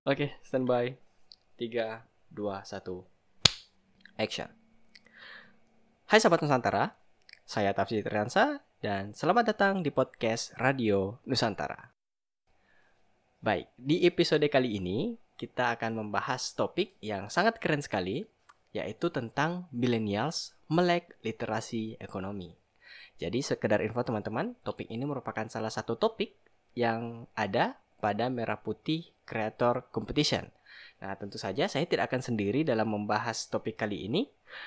Oke, standby. 3, 2, 1. Action. Hai Sahabat Nusantara, saya Tafsir Triansa dan selamat datang di podcast Radio Nusantara. Baik, di episode kali ini kita akan membahas topik yang sangat keren sekali, yaitu tentang millennials melek literasi ekonomi. Jadi sekedar info teman-teman, topik ini merupakan salah satu topik yang ada pada Merah Putih Creator Competition. Nah, tentu saja saya tidak akan sendiri dalam membahas topik kali ini.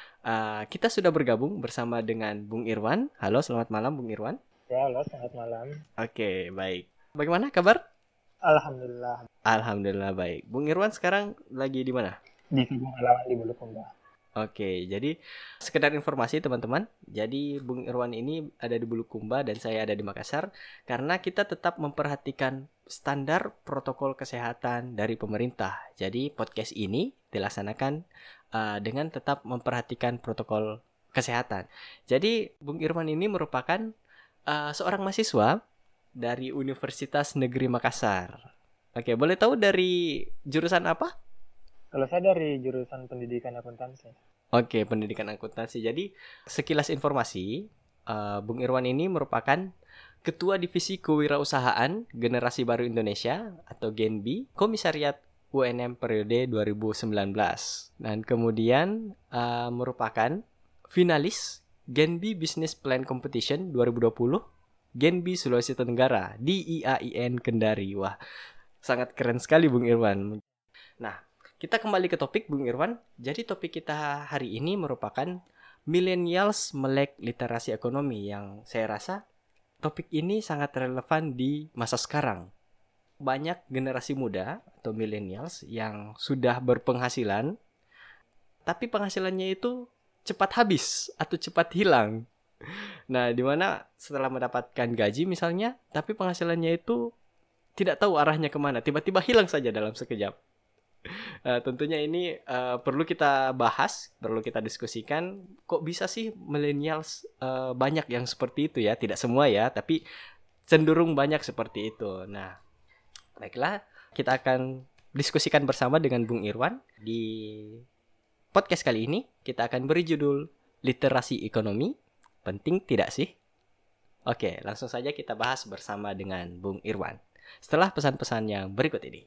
Kita sudah bergabung bersama dengan Bung Irwan. Halo, selamat malam Bung Irwan. Ya, halo, selamat malam. Oke, baik. Bagaimana kabar? Alhamdulillah. Alhamdulillah baik. Bung Irwan sekarang lagi di mana? Di Kampung Halaman di Bulukumba. Oke, jadi sekedar informasi teman-teman. Jadi Bung Irwan ini ada di Bulukumba dan saya ada di Makassar karena kita tetap memperhatikan standar protokol kesehatan dari pemerintah. Jadi podcast ini dilaksanakan dengan tetap memperhatikan protokol kesehatan. Jadi Bung Irwan ini merupakan seorang mahasiswa dari Universitas Negeri Makassar. Oke, boleh tahu dari jurusan apa? Kalau saya dari jurusan pendidikan akuntansi. Oke, pendidikan akuntansi. Jadi sekilas informasi, Bung Irwan ini merupakan Ketua Divisi Kewirausahaan Generasi Baru Indonesia atau GENBI, Komisariat UNM periode 2019. Dan kemudian merupakan finalis GENBI Business Plan Competition 2020, GENBI Sulawesi Tenggara di IAIN Kendari. Wah, sangat keren sekali Bung Irwan. Nah, kita kembali ke topik Bung Irwan. Jadi topik kita hari ini merupakan millennials melek literasi ekonomi yang saya rasa topik ini sangat relevan di masa sekarang. Banyak generasi muda atau millennials yang sudah berpenghasilan, tapi penghasilannya itu cepat habis atau cepat hilang. Nah, dimana setelah mendapatkan gaji misalnya, tapi penghasilannya itu tidak tahu arahnya kemana, tiba-tiba hilang saja dalam sekejap. Tentunya ini perlu kita bahas, perlu kita diskusikan. Kok bisa sih millennials banyak yang seperti itu ya? Tidak semua ya, tapi cenderung banyak seperti itu. Nah, baiklah, kita akan diskusikan bersama dengan Bung Irwan. Di podcast kali ini, kita akan beri judul Literasi Ekonomi. Penting tidak sih? Oke, langsung saja kita bahas bersama dengan Bung Irwan. Setelah pesan-pesan yang berikut ini.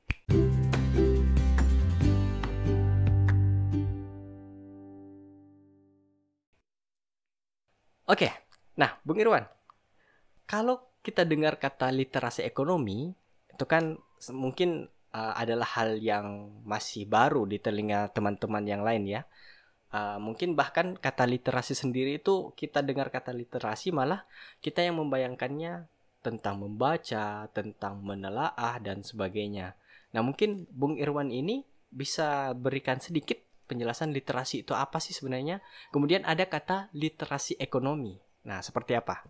Oke, nah Bung Irwan, kalau kita dengar kata literasi ekonomi, itu kan mungkin adalah hal yang masih baru di telinga teman-teman yang lain ya. Mungkin bahkan kata literasi sendiri itu kita dengar kata literasi malah kita yang membayangkannya tentang membaca, tentang menelaah dan sebagainya. Nah mungkin Bung Irwan ini bisa berikan sedikit penjelasan literasi itu apa sih sebenarnya. Kemudian ada kata literasi ekonomi. Nah, seperti apa?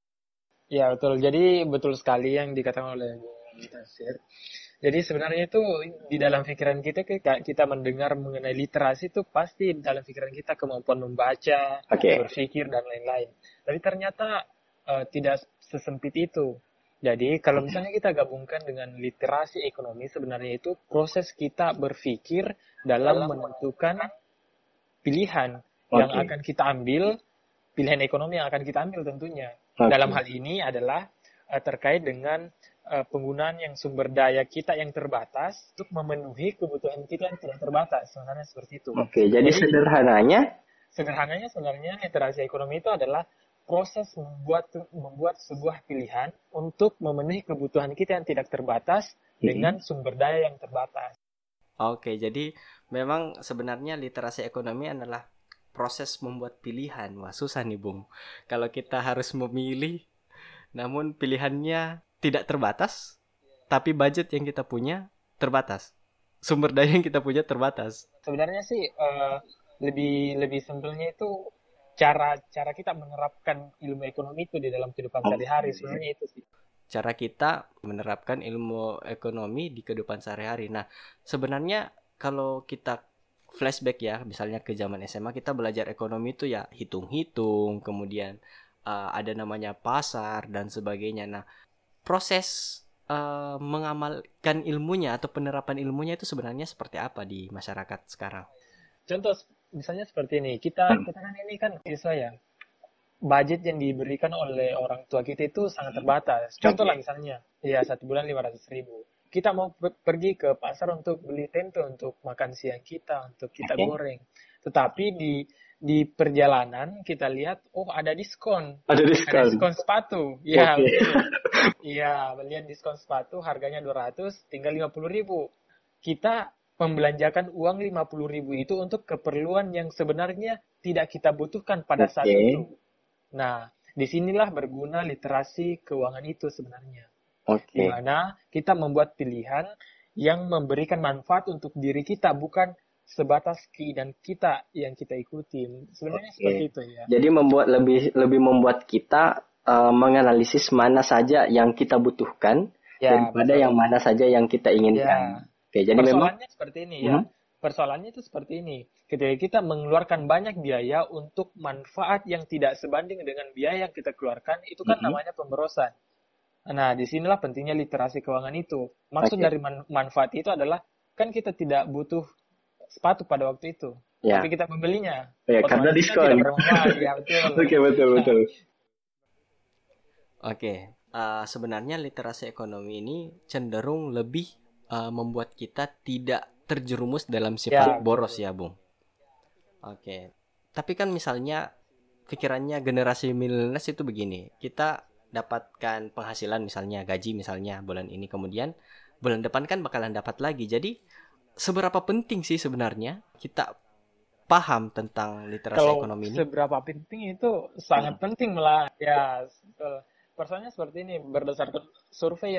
Ya, betul. Jadi betul sekali yang dikatakan oleh Bung Tafsir. Jadi sebenarnya itu di dalam pikiran kita ketika kita mendengar mengenai literasi itu pasti dalam pikiran kita kemampuan membaca, berpikir dan lain-lain. Tapi ternyata tidak sesempit itu. Jadi kalau misalnya kita gabungkan dengan literasi ekonomi, sebenarnya itu proses kita berpikir dalam menentukan pilihan yang akan kita ambil, pilihan ekonomi yang akan kita ambil tentunya. Dalam hal ini adalah terkait dengan penggunaan yang sumber daya kita yang terbatas untuk memenuhi kebutuhan kita yang tidak terbatas. Sebenarnya seperti itu. Jadi sederhananya sebenarnya literasi ekonomi itu adalah proses membuat sebuah pilihan untuk memenuhi kebutuhan kita yang tidak terbatas dengan sumber daya yang terbatas. Oke, jadi memang sebenarnya literasi ekonomi adalah proses membuat pilihan. Wah, susah nih, Bung. Kalau kita harus memilih, namun pilihannya tidak terbatas, tapi budget yang kita punya terbatas. Sumber daya yang kita punya terbatas. Sebenarnya sih lebih simpelnya itu cara kita menerapkan ilmu ekonomi itu di dalam kehidupan sehari-hari. Sebenarnya itu sih. Cara kita menerapkan ilmu ekonomi di kehidupan sehari-hari. Nah, sebenarnya kalau kita flashback ya, misalnya ke zaman SMA kita belajar ekonomi itu ya hitung-hitung, kemudian ada namanya pasar dan sebagainya. Nah, proses mengamalkan ilmunya atau penerapan ilmunya itu sebenarnya seperti apa di masyarakat sekarang? Contoh misalnya seperti ini, kita kan ini kan siswa ya, budget yang diberikan oleh orang tua kita itu sangat terbatas. Contoh lah misalnya, ya 1 bulan 500.000. Kita mau pergi ke pasar untuk beli tempe untuk makan siang kita, untuk kita goreng. Tetapi di perjalanan kita lihat, oh ada diskon. Ada Ada diskon. diskon sepatu. Ya, Oke. betul. Iya, melihat diskon sepatu harganya 200, tinggal 50.000. Kita membelanjakan uang 50.000 itu untuk keperluan yang sebenarnya tidak kita butuhkan pada saat Oke. itu. Nah, disinilah berguna literasi keuangan itu sebenarnya. Di Oke. mana kita membuat pilihan yang memberikan manfaat untuk diri kita, bukan sebatas keinginan kita yang kita ikuti. Sebenarnya Oke. seperti itu ya. Jadi lebih membuat kita menganalisis mana saja yang kita butuhkan Ya, daripada betul. yang mana saja yang kita Ya. inginkan. Oke, jadi memang Persoalannya seperti ini ya. Persoalannya itu seperti ini. Ketika kita mengeluarkan banyak biaya untuk manfaat yang tidak sebanding dengan biaya yang kita keluarkan, itu kan namanya pemborosan. Nah, disinilah pentingnya literasi keuangan itu. Maksud Oke. dari manfaat itu adalah, kan kita tidak butuh sepatu pada waktu itu. Ya. Tapi kita membelinya. Ya, karena Otomatis diskon. kan tidak bermanfaat. Ya, betul. Oke, betul. Oke, sebenarnya literasi ekonomi ini cenderung lebih membuat kita tidak terjerumus dalam sifat Ya, boros ya, Bung. Oke, tapi kan misalnya pikirannya generasi milenials itu begini, kita dapatkan penghasilan misalnya gaji misalnya bulan ini, kemudian bulan depan kan bakalan dapat lagi. Jadi seberapa penting sih sebenarnya kita paham tentang literasi Kalau ekonomi ini? seberapa penting itu sangat penting malah. Ya, betul. Persoalannya seperti ini, berdasarkan survei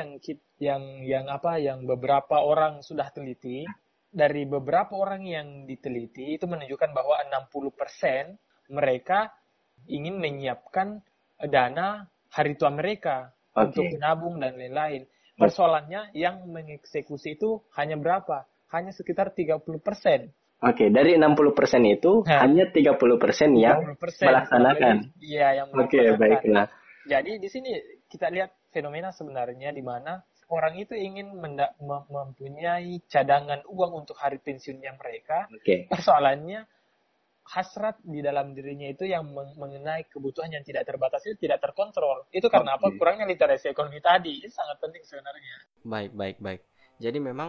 yang beberapa orang sudah teliti, dari beberapa orang yang diteliti itu menunjukkan bahwa 60% mereka ingin menyiapkan dana hari tua mereka untuk menabung dan lain-lain. Persoalannya yang mengeksekusi itu hanya berapa? Hanya sekitar 30%. Oke, dari 60% itu hanya 30% yang 30% melaksanakan. Iya, yang Oke, melaksanakan. baiklah. Jadi di sini kita lihat fenomena sebenarnya di mana orang itu ingin mempunyai cadangan uang untuk hari pensiunnya mereka. Oke. Persoalannya hasrat di dalam dirinya itu yang mengenai kebutuhan yang tidak terbatas itu tidak terkontrol. Itu karena apa? Kurangnya literasi ekonomi tadi. Itu sangat penting sebenarnya. Baik. Jadi memang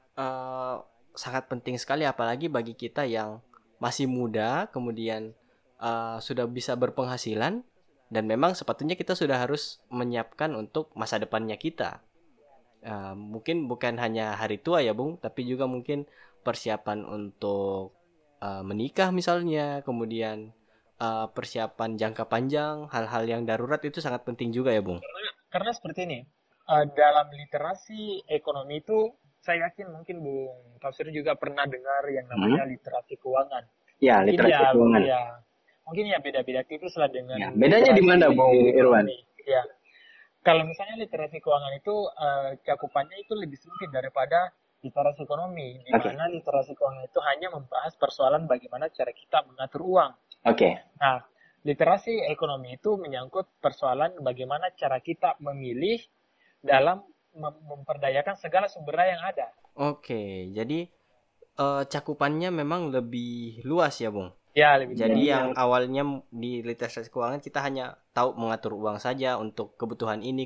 sangat penting sekali, apalagi bagi kita yang masih muda, kemudian sudah bisa berpenghasilan, dan memang sepatutnya kita sudah harus menyiapkan untuk masa depannya kita. Mungkin bukan hanya hari tua ya, Bung, tapi juga mungkin persiapan untuk menikah misalnya, kemudian persiapan jangka panjang, hal-hal yang darurat itu sangat penting juga ya, Bung. Karena seperti ini, dalam literasi ekonomi itu saya yakin mungkin Bung Tafsir juga pernah dengar yang namanya literasi keuangan. Ya, literasi keuangan. Mungkin ya beda-beda tipis lah dengan. Ya, bedanya di mana, Bung Irwan? Ya, kalau misalnya literasi keuangan itu cakupannya itu lebih sempit daripada literasi ekonomi, di mana literasi keuangan itu hanya membahas persoalan bagaimana cara kita mengatur uang. Nah, literasi ekonomi itu menyangkut persoalan bagaimana cara kita memilih dalam memperdayakan segala sumber daya yang ada. Oke, jadi cakupannya memang lebih luas ya, Bung? Ya, lebih luas. Jadi yang awalnya di literasi keuangan kita hanya tahu mengatur uang saja untuk kebutuhan ini.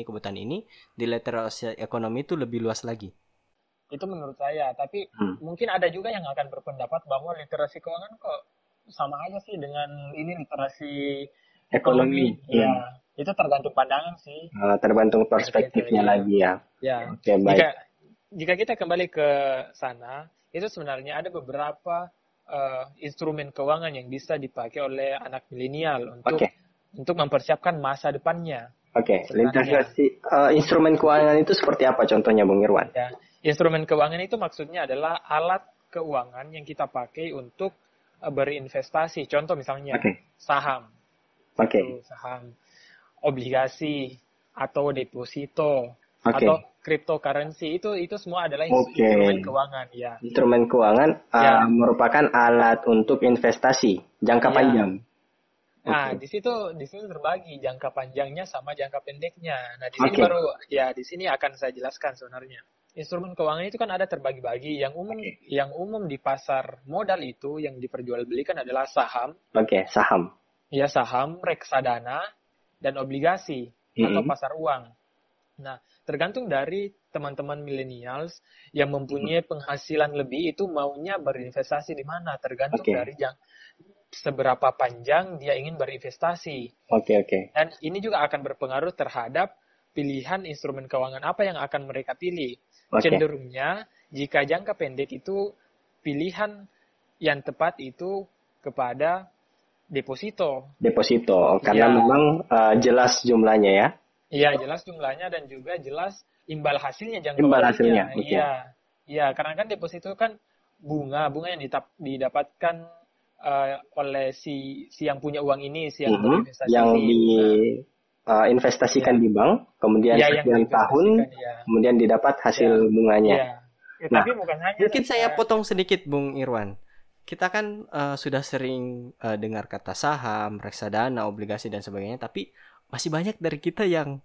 Di literasi ekonomi itu lebih luas lagi. Itu menurut saya, tapi mungkin ada juga yang akan berpendapat bahwa literasi keuangan kok sama aja sih dengan ini literasi ekonomi. Ya, itu tergantung pandangan sih. Tergantung perspektifnya lagi ya. Ya. Oke, baik. Jika kita kembali ke sana, itu sebenarnya ada beberapa instrumen keuangan yang bisa dipakai oleh anak milenial untuk mempersiapkan masa depannya. Literasi instrumen keuangan itu seperti apa contohnya, Bung Irwan? Ya, instrumen keuangan itu maksudnya adalah alat keuangan yang kita pakai untuk berinvestasi. Contoh misalnya saham, saham, obligasi atau deposito atau cryptocurrency, itu semua adalah instrumen keuangan ya. Instrumen keuangan merupakan alat untuk investasi jangka panjang. Nah, Oke. di situ terbagi jangka panjangnya sama jangka pendeknya. Nah, di sini Oke. baru ya di sini akan saya jelaskan sebenarnya. Instrumen keuangan itu kan ada terbagi-bagi. Oke. Yang umum di pasar modal itu yang diperjualbelikan adalah saham, Oke, saham. ya saham, reksadana, dan obligasi atau Mm-mm. pasar uang. Nah, tergantung dari teman-teman millennials yang Mm-mm. mempunyai penghasilan lebih itu maunya berinvestasi di mana, tergantung Oke. dari seberapa panjang dia ingin berinvestasi. Oke, oke. Dan ini juga akan berpengaruh terhadap pilihan instrumen keuangan apa yang akan mereka pilih. Oke. Cenderungnya, jika jangka pendek itu pilihan yang tepat itu kepada deposito. Deposito, karena Ya, memang jelas jumlahnya ya. iya jelas jumlahnya dan juga jelas imbal hasilnya jangka Imbal hasilnya. waktunya. Oke. Iya, iya karena kan deposito kan bunga yang didapatkan oleh si yang punya uang ini, si yang Mm-mm. berinvestasi Yang ini. Nah, diinvestasikan ya, di bank, kemudian ya yang sekian tahun, diinvestasikan ya, kemudian didapat ya, hasil bunganya. ya. Nah, Tapi bukan hanya Mungkin saya potong sedikit, Bung Irwan. Kita kan sudah sering dengar kata saham, reksadana, obligasi dan sebagainya, tapi masih banyak dari kita yang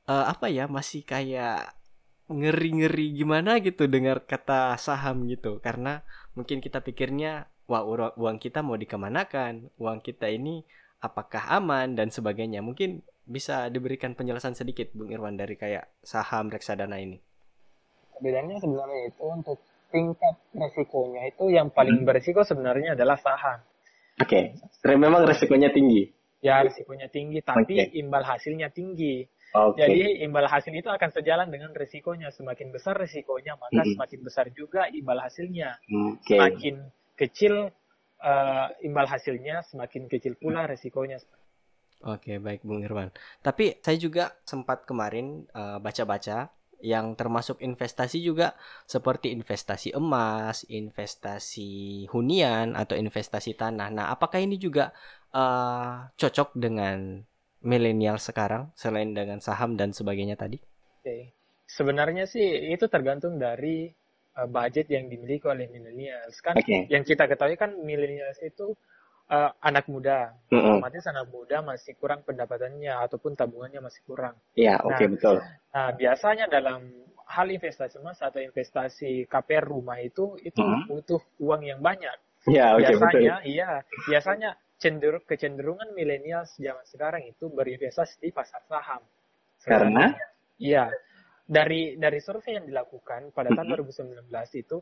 masih kayak ngeri-ngeri gimana gitu dengar kata saham gitu, karena mungkin kita pikirnya wah uang kita mau dikemanakan, uang kita ini apakah aman dan sebagainya. Mungkin bisa diberikan penjelasan sedikit, Bung Irwan, dari kayak saham, reksadana ini. bedanya sebenarnya itu untuk tingkat resikonya itu yang paling mm, berisiko sebenarnya adalah saham. oke. Memang resikonya tinggi. Ya risikonya tinggi Oke. tapi imbal hasilnya tinggi. Oke. Jadi imbal hasil itu akan sejalan dengan risikonya. Semakin besar risikonya maka Mm-mm. semakin besar juga imbal hasilnya. Oke. Semakin kecil imbal hasilnya, semakin kecil pula risikonya. Oke, baik Bung Irwan. Tapi saya juga sempat kemarin baca-baca yang termasuk investasi juga seperti investasi emas, investasi hunian atau investasi tanah. Nah, apakah ini juga cocok dengan milenial sekarang selain dengan saham dan sebagainya tadi? Oke. Sebenarnya sih itu tergantung dari budget yang dimiliki oleh millennials. Kan Oke. yang kita ketahui kan millennials itu anak muda. Mm-mm. Otomatis anak muda masih kurang pendapatannya ataupun tabungannya masih kurang. Iya, oke Nah, betul. biasanya dalam hal investasi emas atau investasi KPR rumah itu Mm-mm. butuh uang yang banyak. Iya, oke betul. Biasanya kecenderungan milenial zaman sekarang itu berinvestasi di pasar saham. Karena Sebenarnya, iya. Dari survei yang dilakukan pada tahun mm-mm. 2019 itu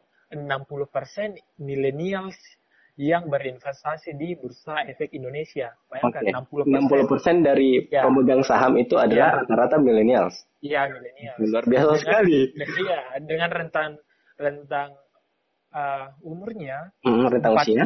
60% milenials yang berinvestasi di Bursa Efek Indonesia. Bayangkan Oke, 60%. 60% dari Ya, pemegang saham itu adalah ya, rata-rata millennials. iya milenials. Luar biasa Dengan sekali. iya, dengan rentang umurnya Rentang usia.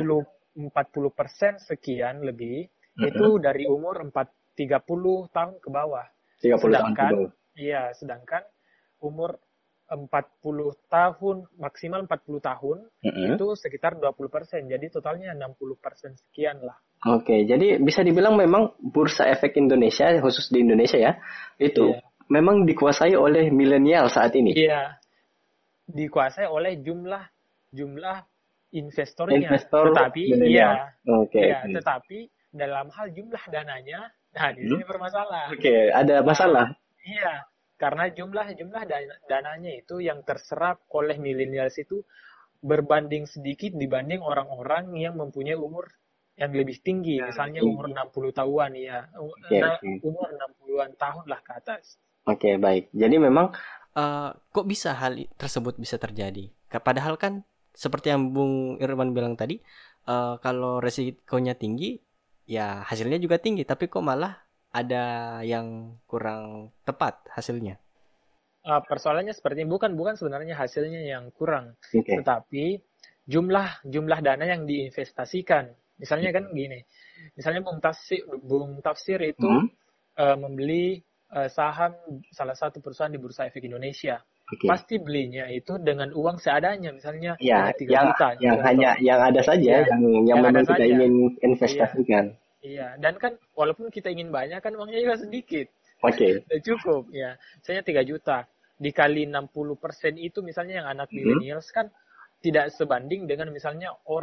40% sekian lebih itu Mm-mm. dari umur 30 tahun ke bawah. 30 tahun ke Sedangkan bawah. sedangkan umur 40 tahun maksimal 40 tahun Mm-mm. itu sekitar 20%. Jadi totalnya 60% sekian lah. Oke, jadi bisa dibilang memang Bursa Efek Indonesia, khusus di Indonesia ya, itu Iya. memang dikuasai oleh milenial saat ini. Iya, dikuasai oleh jumlah investornya. Investor Tetapi milenial. Oke, iya, oke. tetapi dalam hal jumlah dananya, nah di Hmm. sini bermasalah. Oke, ada Nah, masalah. iya, karena jumlah dananya itu yang terserap oleh millennials itu berbanding sedikit dibanding orang-orang yang mempunyai umur yang lebih tinggi, Ya, misalnya umur tinggi. 60 tahunan ya. Oke, oke. Umur 60-an tahun lah ke atas. Oke, baik. Jadi memang Kok bisa tersebut bisa terjadi? Padahal kan seperti yang Bung Irwan bilang tadi, kalau resikonya tinggi, ya hasilnya juga tinggi. Tapi kok malah ada yang kurang tepat hasilnya? Persoalannya seperti ini, bukan sebenarnya hasilnya yang kurang, oke. tetapi jumlah dana yang diinvestasikan. Misalnya kan gini, misalnya Bung Tafsir itu Hmm. membeli saham salah satu perusahaan di Bursa Efek Indonesia. Oke. Pasti belinya itu dengan uang seadanya, misalnya Ya, hanya 3 juta. yang Contoh. ada saja, Iya, yang yang ada memang kita saja. ingin Iya, investasikan. iya. Dan kan walaupun kita ingin banyak kan uangnya juga sedikit. Oke. Udah cukup ya. Misalnya 3 juta dikali 60% itu misalnya yang anak Hmm. millennials kan tidak sebanding dengan misalnya orang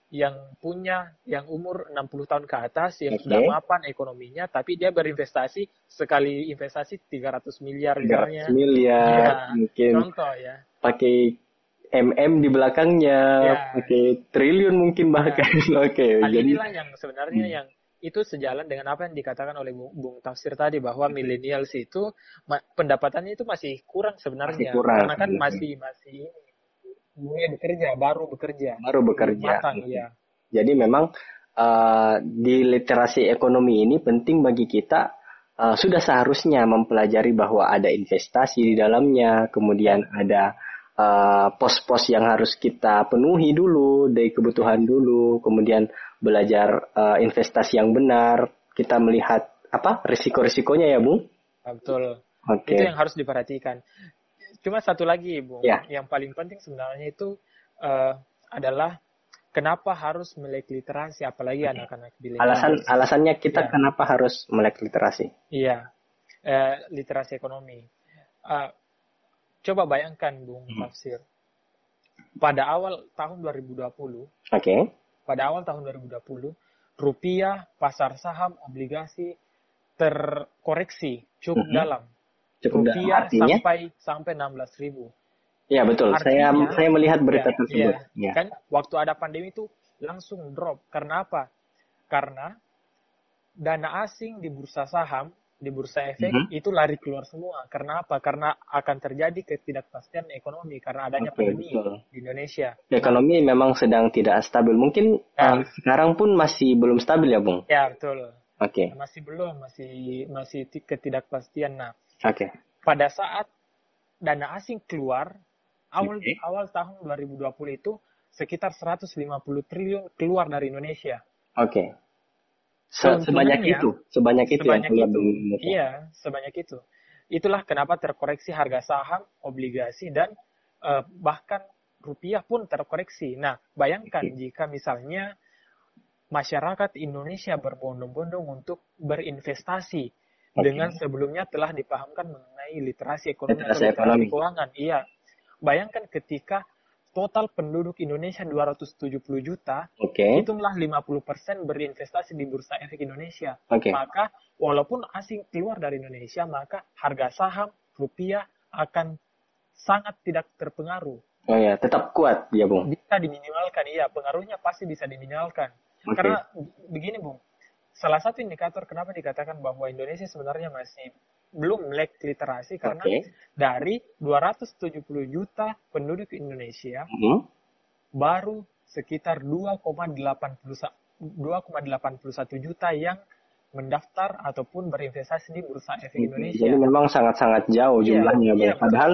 yang umur 60 tahun ke atas yang Oke. sudah mapan ekonominya, tapi dia berinvestasi sekali investasi 300 miliar 300 misalnya. miliar, Ya, mungkin contoh ya. pakai MM di belakangnya, Ya, pakai triliun mungkin ya. bahkan. Oke, Hal jadi inilah yang sebenarnya yang itu sejalan dengan apa yang dikatakan oleh Bung Tafsir tadi bahwa millennials itu pendapatannya itu masih kurang masih sebenarnya kurang karena kan masih mulai bekerja, baru bekerja, baru belum bekerja. matang ya. Jadi memang di literasi ekonomi ini penting bagi kita, sudah seharusnya mempelajari bahwa ada investasi di dalamnya, kemudian ada pos-pos yang harus kita penuhi dulu dari kebutuhan dulu, kemudian belajar investasi yang benar, kita melihat apa risiko-risikonya ya, Bung? Betul. Oke. Itu yang harus diperhatikan. Cuma satu lagi, Bung, Ya. yang paling penting sebenarnya itu adalah kenapa harus melek literasi, apalagi anak-anak milenial. Alasannya kita Ya, kenapa harus melek literasi? iya, literasi ekonomi. Eh, Coba bayangkan, Bung Tafsir, pada awal tahun 2020, Oke. rupiah, pasar saham, obligasi terkoreksi cukup dalam. Cukup dalam Rupiah artinya? sampai 16.000. Ya betul. Artinya, Saya melihat berita ya, tersebut. ya, Ya. kan waktu ada pandemi itu langsung drop. Karena apa? Karena dana asing di bursa saham, di bursa efek itu lari keluar semua. Karena apa? Karena akan terjadi ketidakpastian ekonomi karena adanya Oke, pandemi betul. di Indonesia. Ekonomi memang sedang tidak stabil. Mungkin Ya. sekarang pun masih belum stabil ya, Bung? Ya, betul. Oke. Masih belum, masih ketidakpastian. Nah, Oke. pada saat dana asing keluar, awal tahun 2020 itu sekitar 150 triliun keluar dari Indonesia. Oke. Keuntungannya sebanyak itu yang keluar itu. dari Indonesia. Iya, sebanyak itu. Itulah kenapa terkoreksi harga saham, obligasi, dan bahkan rupiah pun terkoreksi. Nah, bayangkan jika misalnya masyarakat Indonesia berbondong-bondong untuk berinvestasi dengan sebelumnya telah dipahamkan mengenai literasi ekonomi atau literasi keuangan. Iya. Bayangkan ketika total penduduk Indonesia 270 juta, hitunglah 50% berinvestasi di Bursa Efek Indonesia. Maka walaupun asing keluar dari Indonesia, maka harga saham rupiah akan sangat tidak terpengaruh. Oh ya, tetap kuat ya, Bung. Bisa diminimalkan, iya, pengaruhnya pasti bisa diminimalkan. Karena begini, Bung, salah satu indikator kenapa dikatakan bahwa Indonesia sebenarnya masih belum melek literasi karena dari 270 juta penduduk Indonesia baru sekitar 2,81 juta yang mendaftar ataupun berinvestasi di Bursa Efek Indonesia. Jadi memang sangat-sangat jauh jumlahnya, Bung. Padahal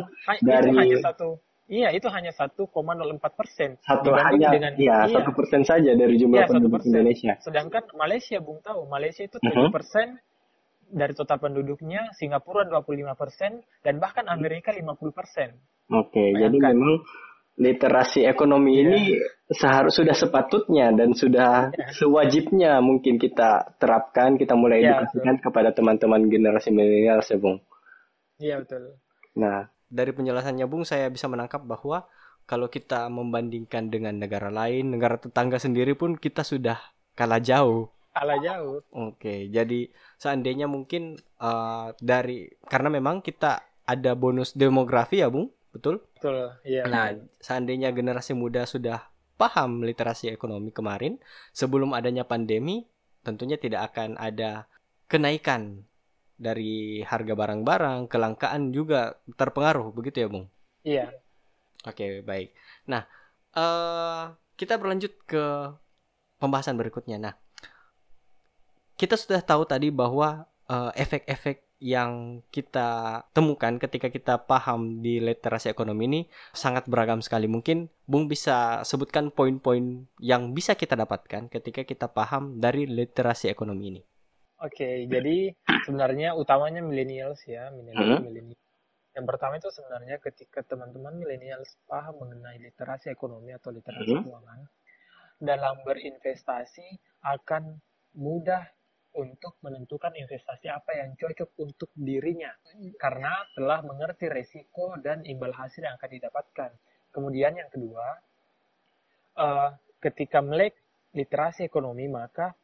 itu hanya 1,04%. Dengan 1% saja dari jumlah penduduk Indonesia. Sedangkan Malaysia, Bung tahu, Malaysia itu 7% dari total penduduknya, Singapura 25%, dan bahkan Amerika 50%. Jadi memang literasi ekonomi ini sudah sepatutnya dan sudah sewajibnya mungkin kita terapkan, kita mulai edukasikan kepada teman-teman generasi milenial, Bung. Iya, betul. Nah, dari penjelasannya Bung, saya bisa menangkap bahwa kalau kita membandingkan dengan negara lain, negara tetangga sendiri pun kita sudah kalah jauh. Oke, jadi seandainya mungkin karena memang kita ada bonus demografi ya, Bung, betul? Betul, iya. Nah, seandainya generasi muda sudah paham literasi ekonomi kemarin, sebelum adanya pandemi, tentunya tidak akan ada kenaikan dari harga barang-barang, kelangkaan juga terpengaruh, begitu ya, Bung? Iya. Oke, baik. Nah, kita berlanjut ke pembahasan berikutnya. Nah, kita sudah tahu tadi bahwa efek-efek yang kita temukan ketika kita paham di literasi ekonomi ini sangat beragam sekali. Mungkin Bung bisa sebutkan poin-poin yang bisa kita dapatkan ketika kita paham dari literasi ekonomi ini. Oke, jadi sebenarnya utamanya millennials ya, millennials. Yang pertama itu sebenarnya ketika teman-teman millennials paham mengenai literasi ekonomi atau literasi keuangan, dalam berinvestasi akan mudah untuk menentukan investasi apa yang cocok untuk dirinya karena telah mengerti resiko dan imbal hasil yang akan didapatkan. Kemudian yang kedua, ketika melek literasi ekonomi, maka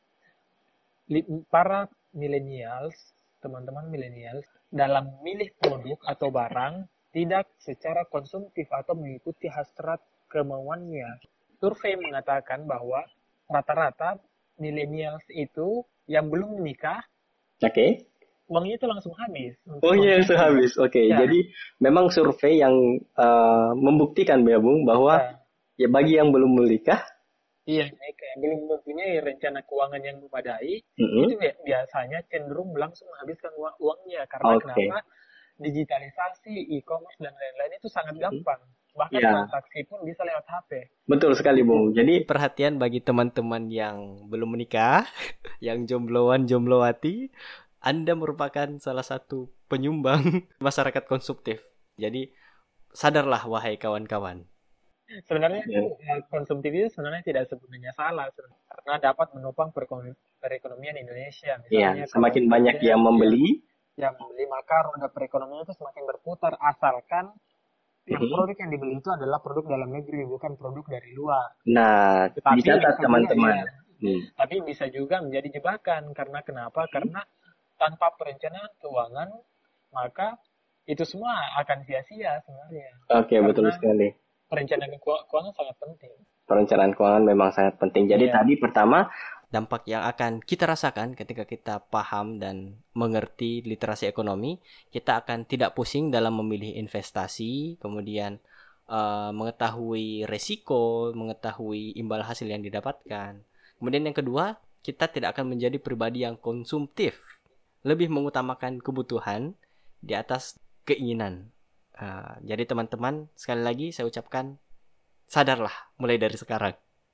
para millennials, teman-teman millennials, dalam memilih produk atau barang tidak secara konsumtif atau mengikuti hasrat kemauannya. Survei mengatakan bahwa rata-rata millennials itu yang belum menikah, Oke. uangnya itu langsung habis. Oh iya, itu habis. Oke, Ya. jadi memang survei yang membuktikan ya Bung bahwa ya bagi yang belum menikah, Iya, kayak belum mempunyai rencana keuangan yang memadai, mm-mm. itu biasanya cenderung langsung menghabiskan uangnya. Karena Oke. kenapa? Digitalisasi, e-commerce, dan lain-lain itu sangat gampang. Bahkan Ya. transaksi pun bisa lewat HP. Betul sekali Bung. Jadi Perhatian bagi teman-teman yang belum menikah, yang jombloan, jomblowati, Anda merupakan salah satu penyumbang masyarakat konsumtif. Jadi sadarlah wahai kawan-kawan. Sebenarnya konsumtif itu sebenarnya tidak sepenuhnya salah, karena dapat menopang perekonomian Indonesia. ya, Misalnya semakin kalau banyak yang membeli, yang membeli, maka roda perekonomian itu semakin berputar, asalkan yang produk yang dibeli itu adalah produk dalam negeri, bukan produk dari luar. nah Tetapi dicatat bisa teman-teman. juga, tapi bisa juga menjadi jebakan. Karena kenapa? Karena tanpa perencanaan keuangan, maka itu semua akan sia-sia sebenarnya. Oke, Karena betul sekali. perencanaan keuangan sangat penting. Perencanaan keuangan memang sangat penting. Jadi tadi pertama, dampak yang akan kita rasakan ketika kita paham dan mengerti literasi ekonomi, kita akan tidak pusing dalam memilih investasi, kemudian mengetahui resiko, mengetahui imbal hasil yang didapatkan. Kemudian yang kedua, kita tidak akan menjadi pribadi yang konsumtif, lebih mengutamakan kebutuhan di atas keinginan. Jadi teman-teman, sekali lagi saya ucapkan, sadarlah mulai dari sekarang.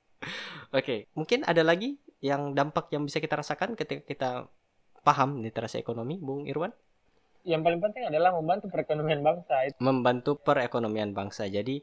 Oke, mungkin ada lagi yang dampak yang bisa kita rasakan ketika kita paham literasi ekonomi, Bung Irwan? Yang paling penting adalah membantu perekonomian bangsa. Membantu perekonomian bangsa. Jadi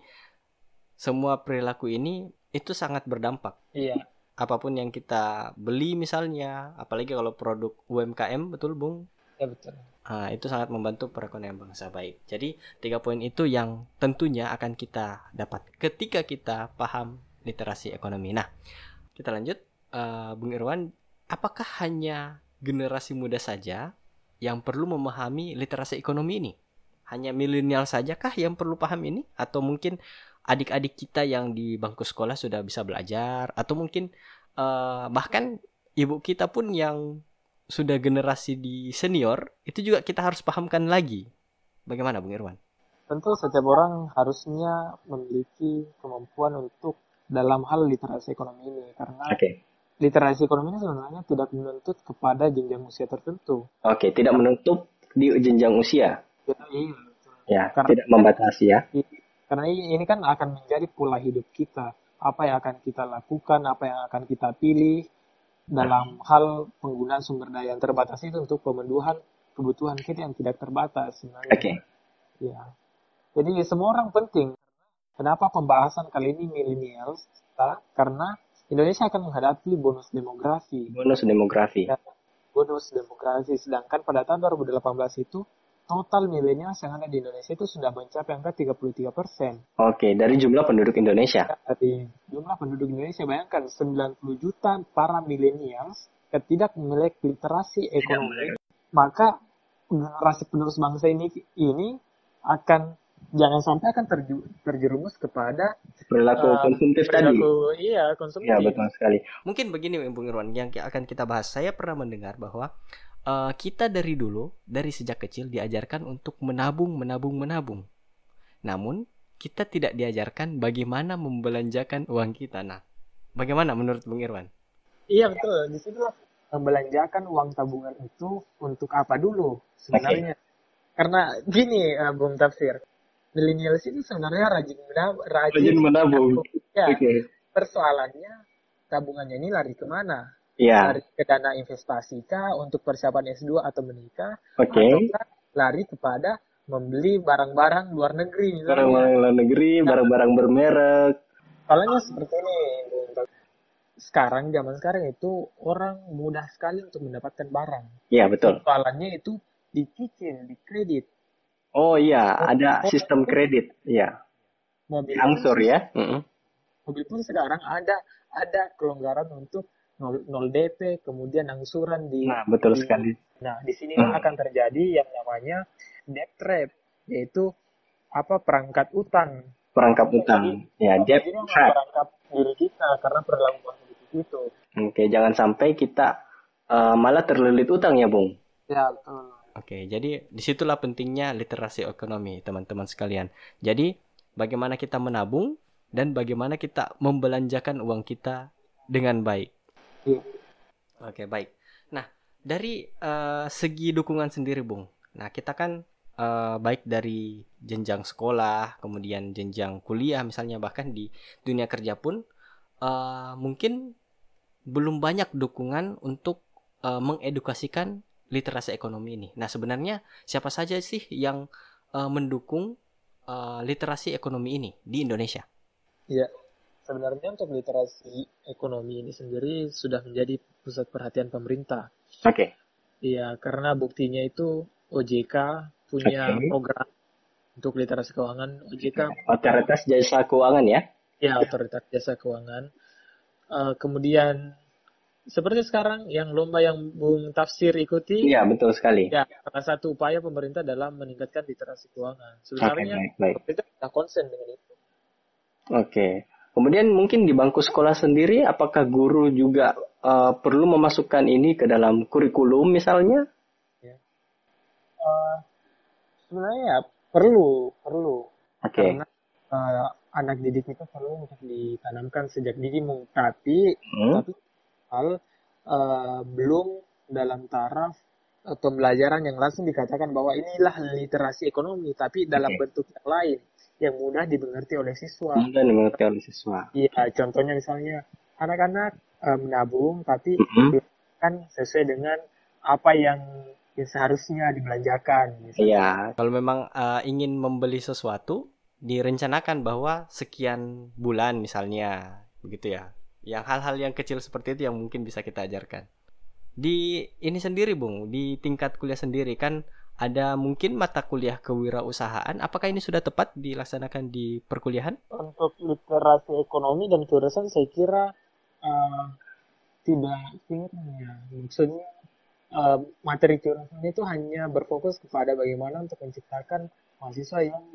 semua perilaku ini itu sangat berdampak. Iya. Apapun yang kita beli misalnya, apalagi kalau produk UMKM, betul Bung? Ya betul. Itu sangat membantu perekonomian bangsa. Baik. Jadi 3 poin itu yang tentunya akan kita dapat ketika kita paham literasi ekonomi. Nah, kita lanjut. Bung Irwan, apakah hanya generasi muda saja yang perlu memahami literasi ekonomi ini? Hanya milenial sajakah yang perlu paham ini? Atau mungkin adik-adik kita yang di bangku sekolah sudah bisa belajar? Atau mungkin bahkan ibu kita pun yang sudah generasi di senior, itu juga kita harus pahamkan lagi. Bagaimana Bung Irwan? Tentu setiap orang harusnya memiliki kemampuan untuk dalam hal literasi ekonomi ini. Karena literasi ekonomi ini sebenarnya tidak menuntut kepada jenjang usia tertentu. Oke, tidak menutup di jenjang usia. Ya, tidak membatasi ya. Karena ini kan akan menjadi pola hidup kita. Apa yang akan kita lakukan, apa yang akan kita pilih dalam hal penggunaan sumber daya yang terbatas itu untuk pemenuhan kebutuhan kita yang tidak terbatas sebenarnya. Ya. Jadi semua orang penting. Kenapa pembahasan kali ini millennials? Karena Indonesia akan menghadapi bonus demografi. Ya, bonus demografi. Sedangkan pada tahun 2018 itu total millennials yang ada di Indonesia itu sudah mencapai angka 33%. Oke, dari jumlah penduduk Indonesia. Dari jumlah penduduk Indonesia, bayangkan 90 juta para millennials tidak memiliki literasi ekonomi, maka generasi penerus bangsa ini akan jangan sampai akan terjerumus kepada perilaku konsumtif tadi. Iya, konsumtif. Ya, betul sekali. Mungkin begini Bung Irwan, yang akan kita bahas. Saya pernah mendengar bahwa kita dari dulu, dari sejak kecil diajarkan untuk menabung. Namun, kita tidak diajarkan bagaimana membelanjakan uang kita. Nah, bagaimana menurut Bung Irwan? Iya, betul. Di situ membelanjakan uang tabungan itu untuk apa dulu sebenarnya? Karena gini, Bung Tafsir, millennials itu sebenarnya rajin menabung. Ya, persoalannya tabungannya ini lari kemana? Lari ke dana investasi kah untuk persiapan S2 atau menikah? Atau lari kepada membeli barang-barang luar negeri? Barang-barang luar negeri, barang-barang bermerek. Soalnya seperti ini, zaman sekarang itu orang mudah sekali untuk mendapatkan barang. Iya, betul. Soalnya itu dicicil, dikredit. Oh iya, ada sistem kredit. Iya. Mobil angsur ya. mobil pun sekarang ada kelonggaran untuk nol DP, kemudian angsuran Nah, betul di sekali. nah di sinilah akan terjadi yang namanya debt trap, yaitu apa perangkat utang. Perangkap utang. Jadi Ya, debt jadi trap. memperangkap diri kita karena perilaku politik itu. Oke, jangan sampai kita malah terlilit utang ya, Bung. Ya, betul. Oke, jadi disitulah pentingnya literasi ekonomi, teman-teman sekalian. Jadi, bagaimana kita menabung dan bagaimana kita membelanjakan uang kita dengan baik. Iya. Oke, baik. Nah, dari segi dukungan sendiri, Bung. Nah, kita kan baik dari jenjang sekolah, kemudian jenjang kuliah, misalnya bahkan di dunia kerja pun mungkin belum banyak dukungan untuk mengedukasikan literasi ekonomi ini. Nah, sebenarnya siapa saja sih yang mendukung literasi ekonomi ini di Indonesia? Iya. Sebenarnya untuk literasi ekonomi ini sendiri sudah menjadi pusat perhatian pemerintah. Oke. Iya, karena buktinya itu OJK punya Oke. program untuk literasi keuangan. OJK, Otoritas Jasa Keuangan ya? ya Otoritas Jasa Keuangan. Kemudian seperti sekarang yang lomba yang Bung Tafsir ikuti, Iya, betul sekali. ya salah satu upaya pemerintah dalam meningkatkan literasi keuangan. Oke, Sebenarnya baik. pemerintah tidak konsen dengan itu. Oke. Kemudian mungkin di bangku sekolah sendiri, apakah guru juga perlu memasukkan ini ke dalam kurikulum misalnya? Ya. Sebenarnya ya perlu Oke. karena anak didik itu perlu untuk ditanamkan sejak dini, tapi hal belum dalam taraf pembelajaran yang langsung dikatakan bahwa inilah literasi ekonomi, tapi dalam Oke. bentuk yang lain yang mudah dimengerti oleh siswa. Dan dimengerti oleh siswa. Iya, contohnya misalnya anak-anak menabung tapi kan sesuai dengan apa yang seharusnya dibelanjakan. Misalnya. Iya. Kalau memang ingin membeli sesuatu, direncanakan bahwa sekian bulan misalnya, begitu ya. Yang hal-hal yang kecil seperti itu yang mungkin bisa kita ajarkan. Di ini sendiri, Bung, di tingkat kuliah sendiri kan ada mungkin mata kuliah kewirausahaan. Apakah ini sudah tepat dilaksanakan di perkuliahan? Untuk literasi ekonomi dan kewirausahaan saya kira tidak ya. Maksudnya materi kewirausahaan itu hanya berfokus kepada bagaimana untuk menciptakan mahasiswa yang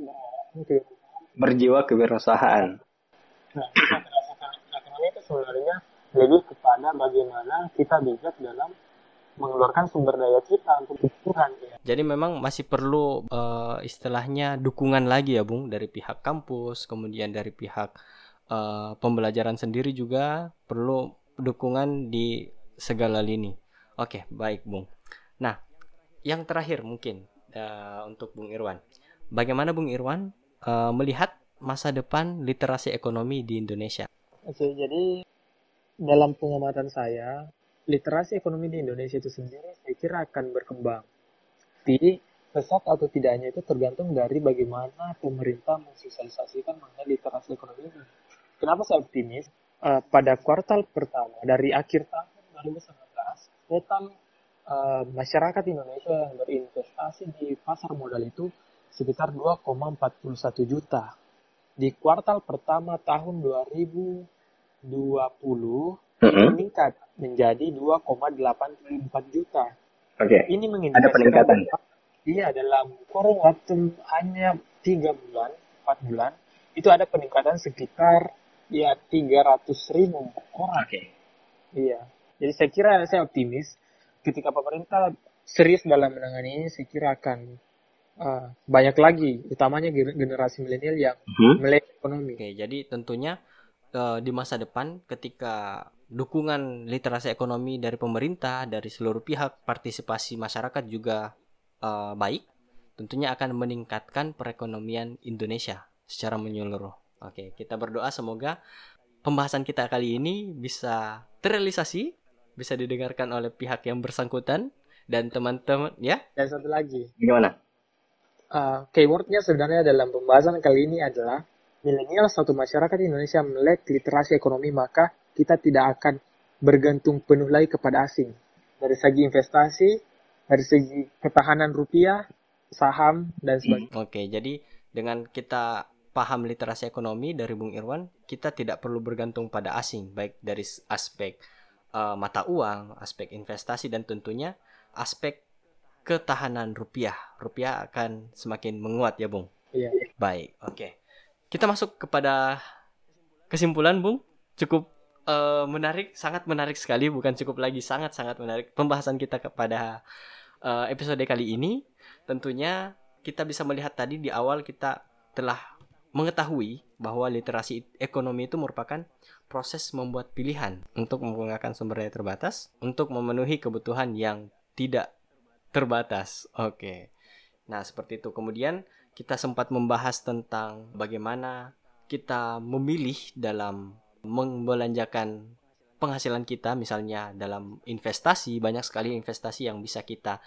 Berjiwa kewirausasahaan. Nah, literasi ekonomi itu sebenarnya lebih kepada bagaimana kita bijak dalam mengeluarkan sumber daya kita untuk kebutuhan. Ya. Jadi memang masih perlu istilahnya dukungan lagi ya, Bung, dari pihak kampus, kemudian dari pihak pembelajaran sendiri juga perlu dukungan di segala lini. Oke, baik, Bung. Nah, yang terakhir mungkin untuk Bung Irwan. Bagaimana Bung Irwan melihat masa depan literasi ekonomi di Indonesia? Oke, jadi dalam pengamatan saya, literasi ekonomi di Indonesia itu sendiri saya kira akan berkembang. Tapi pesat atau tidaknya itu tergantung dari bagaimana pemerintah mensosialisasikan mengenai literasi ekonomi ini. Kenapa saya optimis? Pada kuartal pertama dari akhir tahun 2019, total masyarakat Indonesia yang berinvestasi di pasar modal itu sekitar 2,41 juta. Di kuartal pertama tahun 2020 meningkat menjadi 2,84 juta. Oke. Ini Ada peningkatan. Iya, dalam kurun waktu hanya 3 bulan, 4 bulan, itu ada peningkatan sekitar 300.000 orang. Oke. Iya. Jadi saya optimis ketika pemerintah serius dalam menangani ini, saya kira akan banyak lagi, utamanya generasi milenial yang melek ekonomi. Oke, jadi tentunya di masa depan ketika dukungan literasi ekonomi dari pemerintah, dari seluruh pihak, partisipasi masyarakat juga baik, tentunya akan meningkatkan perekonomian Indonesia secara menyeluruh. Oke, kita berdoa semoga pembahasan kita kali ini bisa terrealisasi, bisa didengarkan oleh pihak yang bersangkutan dan teman-teman ya. Dan satu lagi. Gimana? Keywordnya sebenarnya dalam pembahasan kali ini adalah milenial suatu masyarakat Indonesia melek literasi ekonomi, maka kita tidak akan bergantung penuh lagi kepada asing. Dari segi investasi, dari segi ketahanan rupiah, saham, dan sebagainya. Oke, jadi dengan kita paham literasi ekonomi dari Bung Irwan, kita tidak perlu bergantung pada asing, baik dari aspek mata uang, aspek investasi, dan tentunya aspek ketahanan rupiah. Rupiah akan semakin menguat ya, Bung? Iya. Baik, oke. Kita masuk kepada kesimpulan, Bung. Cukup menarik, sangat menarik sekali, bukan cukup lagi, sangat-sangat menarik pembahasan kita kepada episode kali ini. Tentunya kita bisa melihat tadi di awal kita telah mengetahui bahwa literasi ekonomi itu merupakan proses membuat pilihan untuk menggunakan sumber daya terbatas untuk memenuhi kebutuhan yang tidak terbatas. Oke. Nah, seperti itu. Kemudian kita sempat membahas tentang bagaimana kita memilih dalam membelanjakan penghasilan kita, misalnya dalam investasi. Banyak sekali investasi yang bisa kita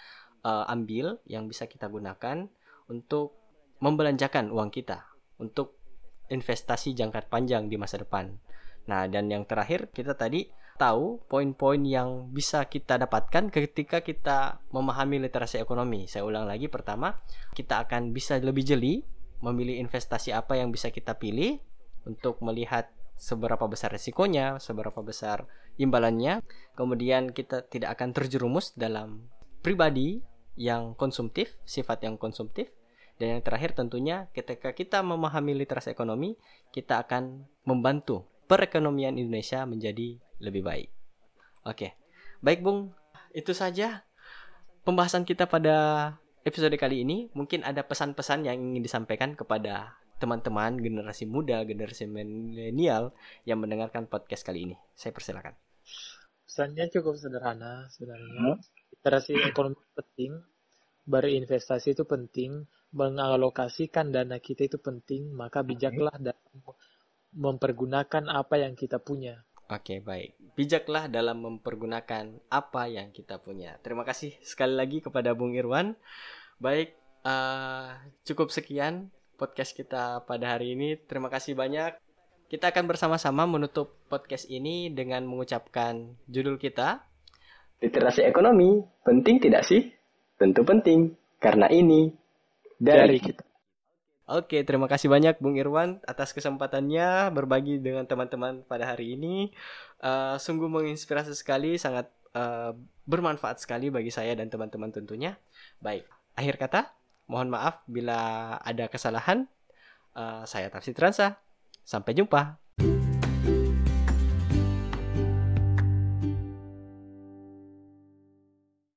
ambil, yang bisa kita gunakan untuk membelanjakan uang kita untuk investasi jangka panjang di masa depan. Nah, dan yang terakhir kita tadi tahu poin-poin yang bisa kita dapatkan ketika kita memahami literasi ekonomi. Saya ulang lagi, pertama, kita akan bisa lebih jeli memilih investasi apa yang bisa kita pilih untuk melihat seberapa besar resikonya, seberapa besar imbalannya. Kemudian kita tidak akan terjerumus dalam pribadi yang konsumtif, sifat yang konsumtif. Dan yang terakhir tentunya ketika kita memahami literasi ekonomi, kita akan membantu perekonomian Indonesia menjadi lebih baik. Oke, baik Bung, itu saja pembahasan kita pada episode kali ini. Mungkin ada pesan-pesan yang ingin disampaikan kepada teman-teman generasi muda, generasi milenial yang mendengarkan podcast kali ini. Saya persilakan. Pesannya cukup sederhana sebenarnya. Literasi ekonomi penting, berinvestasi itu penting, mengalokasikan dana kita itu penting, maka bijaklah dalam mempergunakan apa yang kita punya. Oke, baik. Bijaklah dalam mempergunakan apa yang kita punya. Terima kasih sekali lagi kepada Bung Irwan. Baik, cukup sekian podcast kita pada hari ini. Terima kasih banyak. Kita akan bersama-sama menutup podcast ini dengan mengucapkan judul kita. Literasi ekonomi, penting tidak sih? Tentu penting, karena ini dari kita. Oke, terima kasih banyak Bung Irwan atas kesempatannya berbagi dengan teman-teman pada hari ini. Sungguh menginspirasi sekali, sangat bermanfaat sekali bagi saya dan teman-teman tentunya. Baik, akhir kata, mohon maaf bila ada kesalahan. Saya Tafsir Transa. Sampai jumpa.